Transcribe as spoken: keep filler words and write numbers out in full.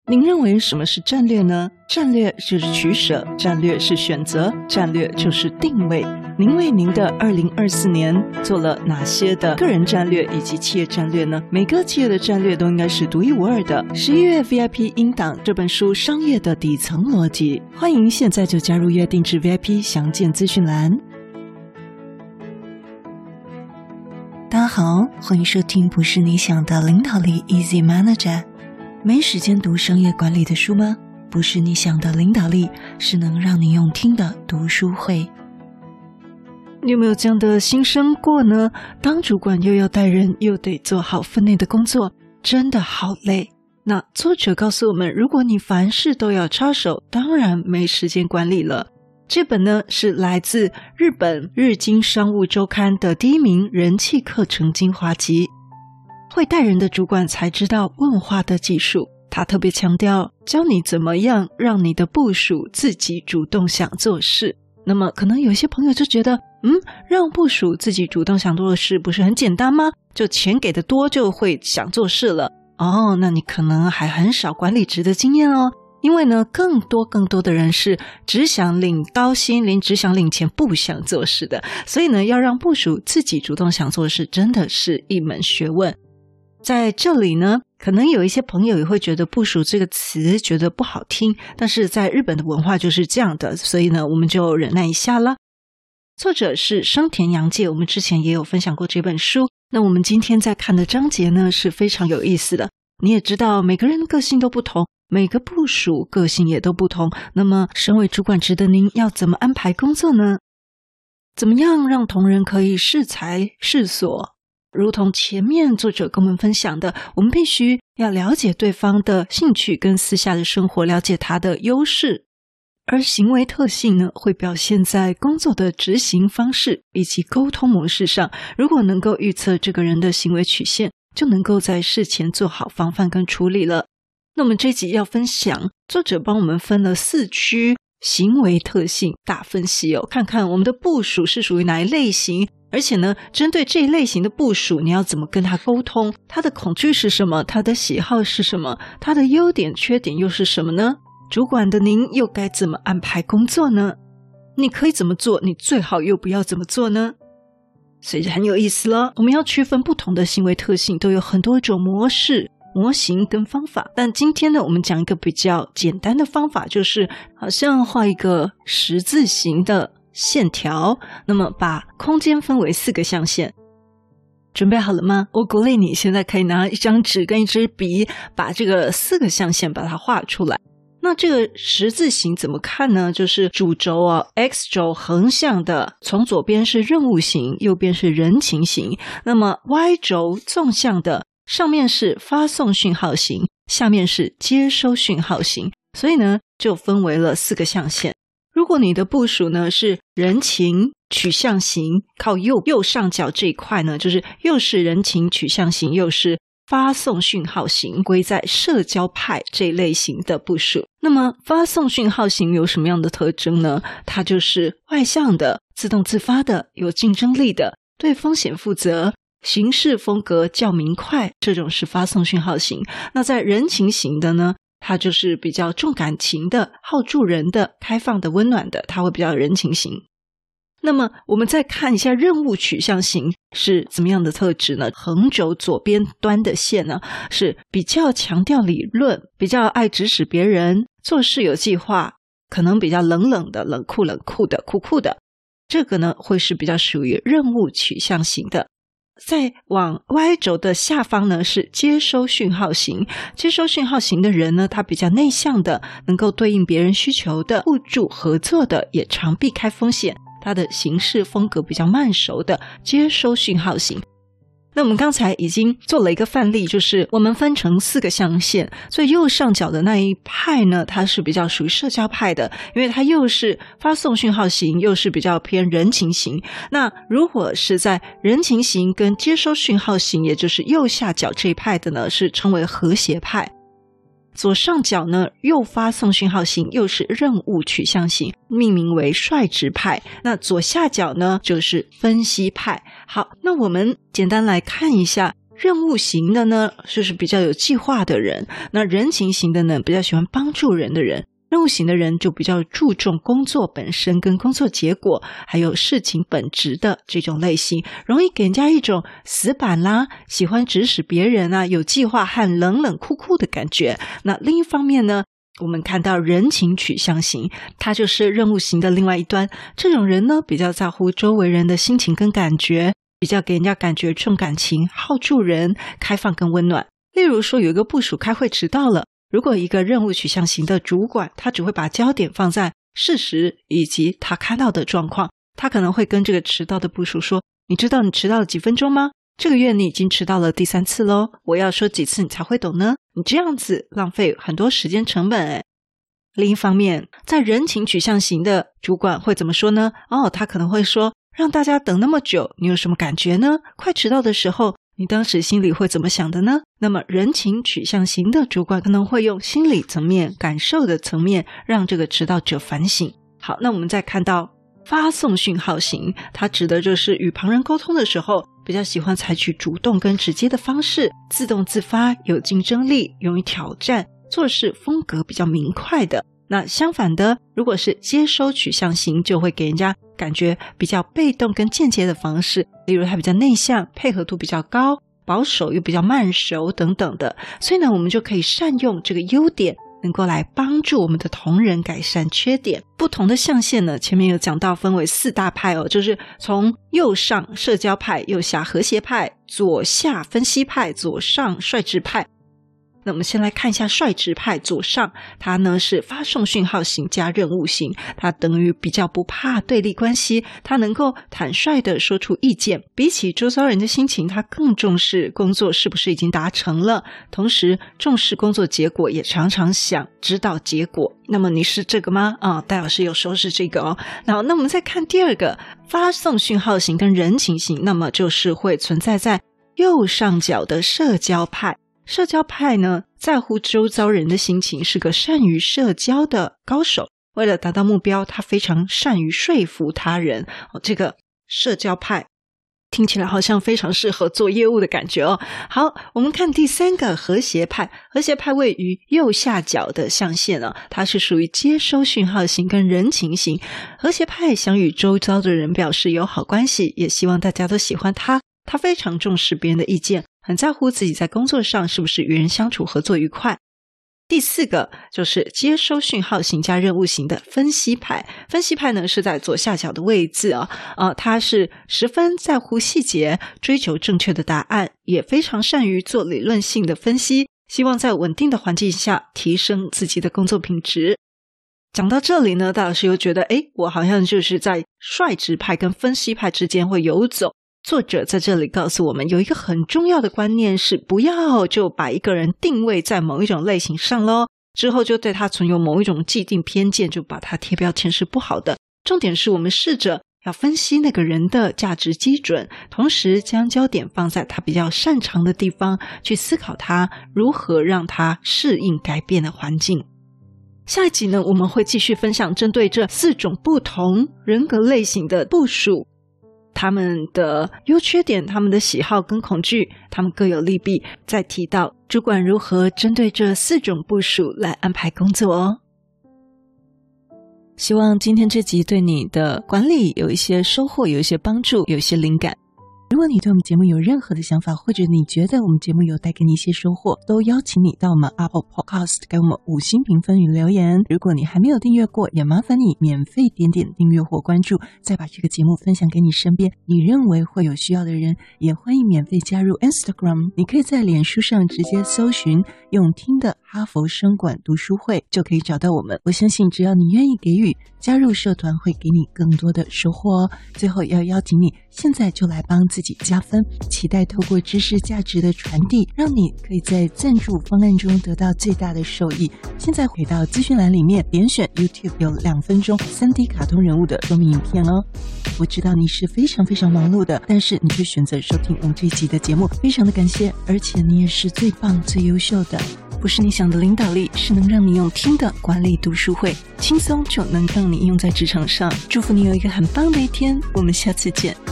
您认为什么是战略呢？战略就是取舍，战略是选择，战略就是定位。您为您的二零二四年做了哪些的个人战略以及企业战略呢？每个企业的战略都应该是独一无二的。十一月 V I P 音档这本书《商业的底层逻辑》，欢迎现在就加入约定制 V I P 详见资讯栏。大家好，欢迎收听不是你想的领导力 Easy Manager。没时间读商业管理的书吗？不是你想的领导力，是能让你用听的读书会。你有没有这样的心声过呢？当主管又要带人，又得做好分内的工作，真的好累。那作者告诉我们，如果你凡事都要插手，当然没时间管理了。这本呢是来自日本日经商务周刊的第一名人气课程精华集。会带人的主管才知道问话的技术，他特别强调教你怎么样让你的部属自己主动想做事。那么可能有些朋友就觉得嗯，让部属自己主动想做的事不是很简单吗？就钱给的多就会想做事了。哦，那你可能还很少管理职的经验哦。因为呢，更多更多的人是只想领高薪，连只想领钱不想做事的。所以呢，要让部属自己主动想做事，真的是一门学问。在这里呢，可能有一些朋友也会觉得部属这个词觉得不好听，但是在日本的文化就是这样的，所以呢，我们就忍耐一下了。作者是生田洋介，我们之前也有分享过这本书。那我们今天在看的章节呢，是非常有意思的。你也知道，每个人的个性都不同，每个部属个性也都不同。那么，身为主管职的您，要怎么安排工作呢？怎么样让同仁可以适才适所？如同前面作者跟我们分享的，我们必须要了解对方的兴趣跟私下的生活，了解他的优势。而行为特性呢，会表现在工作的执行方式以及沟通模式上。如果能够预测这个人的行为曲线，就能够在事前做好防范跟处理了。那我们这集要分享，作者帮我们分了四区行为特性大分析哦，看看我们的部属是属于哪一类型。而且呢，针对这一类型的部属，你要怎么跟他沟通？他的恐惧是什么？他的喜好是什么？他的优点缺点又是什么呢？主管的您又该怎么安排工作呢？你可以怎么做？你最好又不要怎么做呢？所以很有意思了。我们要区分不同的行为特性，都有很多种模式、模型跟方法。但今天呢，我们讲一个比较简单的方法，就是好像画一个十字形的线条，那么把空间分为四个象限。准备好了吗？我鼓励你现在可以拿一张纸跟一支笔，把这个四个象限把它画出来。那这个十字形怎么看呢？就是主轴啊 X 轴横向的，从左边是任务型，右边是人情型。那么 Y 轴纵向的，上面是发送讯号型，下面是接收讯号型。所以呢，就分为了四个象限。如果你的部属呢是人情取向型，靠右右上角这一块呢，就是又是人情取向型，又是发送讯号型，归在社交派这一类型的部属。那么发送讯号型有什么样的特征呢？它就是外向的、自动自发的、有竞争力的、对风险负责、行事风格较明快，这种是发送讯号型。那在人情型的呢，它就是比较重感情的、好助人的、开放的、温暖的，它会比较人情型。那么我们再看一下任务取向型是怎么样的特质呢？横轴左边端的线呢，是比较强调理论，比较爱指使别人，做事有计划，可能比较冷冷的、冷酷冷酷的、酷酷的。这个呢，会是比较属于任务取向型的。再往 Y 轴的下方呢，是接收讯号型。接收讯号型的人呢，他比较内向的，能够对应别人需求的，互助合作的，也常避开风险。他的行事风格比较慢熟的接收讯号型。那我们刚才已经做了一个范例，就是我们分成四个象限，所以右上角的那一派呢，它是比较属于社交派的，因为它又是发送讯号型，又是比较偏人情型。那如果是在人情型跟接收讯号型，也就是右下角这一派的呢，是称为和谐派。左上角呢，又发送讯号型，又是任务取向型，命名为率直派。那左下角呢，就是分析派。好，那我们简单来看一下任务型的呢，就是比较有计划的人，那人情型的呢，比较喜欢帮助人的人。任务型的人就比较注重工作本身跟工作结果，还有事情本质的这种类型，容易给人家一种死板啦，喜欢指使别人啊，有计划和冷冷酷酷的感觉。那另一方面呢，我们看到人情取向型，它就是任务型的另外一端。这种人呢，比较在乎周围人的心情跟感觉，比较给人家感觉重感情，好助人，开放跟温暖。例如说，有一个部属开会迟到了，如果一个任务取向型的主管，他只会把焦点放在事实以及他看到的状况，他可能会跟这个迟到的部属说，你知道你迟到了几分钟吗？这个月你已经迟到了第三次咯，我要说几次你才会懂呢？你这样子浪费很多时间成本诶。另一方面，在人情取向型的主管会怎么说呢？哦，他可能会说，让大家等那么久，你有什么感觉呢？快迟到的时候，你当时心里会怎么想的呢？那么人情取向型的主管可能会用心理层面、感受的层面，让这个迟到者反省。好，那我们再看到发送讯号型，它指的就是与旁人沟通的时候，比较喜欢采取主动跟直接的方式，自动自发，有竞争力，勇于挑战，做事风格比较明快的。那相反的，如果是接收取向型，就会给人家感觉比较被动跟间接的方式，例如他比较内向，配合度比较高，保守又比较慢熟等等的。所以呢，我们就可以善用这个优点，能够来帮助我们的同仁改善缺点。不同的象限呢，前面有讲到分为四大派哦，就是从右上社交派，右下和谐派，左下分析派，左上率直派。那我们先来看一下率直派，左上它呢是发送讯号型加任务型，它等于比较不怕对立关系，它能够坦率地说出意见，比起周遭人的心情，它更重视工作是不是已经达成了，同时重视工作结果，也常常想知道结果。那么你是这个吗？啊，戴老师有时候是这个哦。然后那我们再看第二个发送讯号型跟人情型，那么就是会存在在右上角的社交派。社交派呢，在乎周遭人的心情，是个善于社交的高手。为了达到目标，他非常善于说服他人。哦，这个社交派听起来好像非常适合做业务的感觉哦。好，我们看第三个和谐派。和谐派位于右下角的象限呢，它是属于接收讯号型跟人情型。和谐派想与周遭的人表示友好关系，也希望大家都喜欢他。他非常重视别人的意见，很在乎自己在工作上是不是与人相处合作愉快。第四个就是接收讯号型加任务型的分析派。分析派呢是在左下角的位置啊，呃，他是十分在乎细节，追求正确的答案，也非常善于做理论性的分析，希望在稳定的环境下提升自己的工作品质。讲到这里呢，大老师又觉得，诶，我好像就是在率直派跟分析派之间会游走。作者在这里告诉我们，有一个很重要的观念是，不要就把一个人定位在某一种类型上咯，之后就对他存有某一种既定偏见，就把他贴标签是不好的。重点是我们试着要分析那个人的价值基准，同时将焦点放在他比较擅长的地方，去思考他如何让他适应改变的环境。下一集呢，我们会继续分享针对这四种不同人格类型的部属，他们的优缺点，他们的喜好跟恐惧，他们各有利弊，再提到主管如何针对这四种部属来安排工作哦。希望今天这集对你的管理有一些收获，有一些帮助，有一些灵感。如果你对我们节目有任何的想法，或者你觉得我们节目有带给你一些收获，都邀请你到我们 Apple Podcast 给我们五星评分与留言。如果你还没有订阅过，也麻烦你免费点点订阅或关注，再把这个节目分享给你身边你认为会有需要的人。也欢迎免费加入 Instagram， 你可以在脸书上直接搜寻用听的哈佛商管读书会，就可以找到我们。我相信只要你愿意给予，加入社团会给你更多的收获哦。最后要邀请你现在就来帮自己加分，期待透过知识价值的传递，让你可以在赞助方案中得到最大的受益。现在回到资讯栏里面，点选 YouTube 有两分钟 三 D 卡通人物的说明影片哦。我知道你是非常非常忙碌的，但是你却选择收听我们这一集的节目，非常的感谢，而且你也是最棒最优秀的。不是你想的领导力，是能让你用听的管理读书会，轻松就能让你用在职场上。祝福你有一个很棒的一天，我们下次见。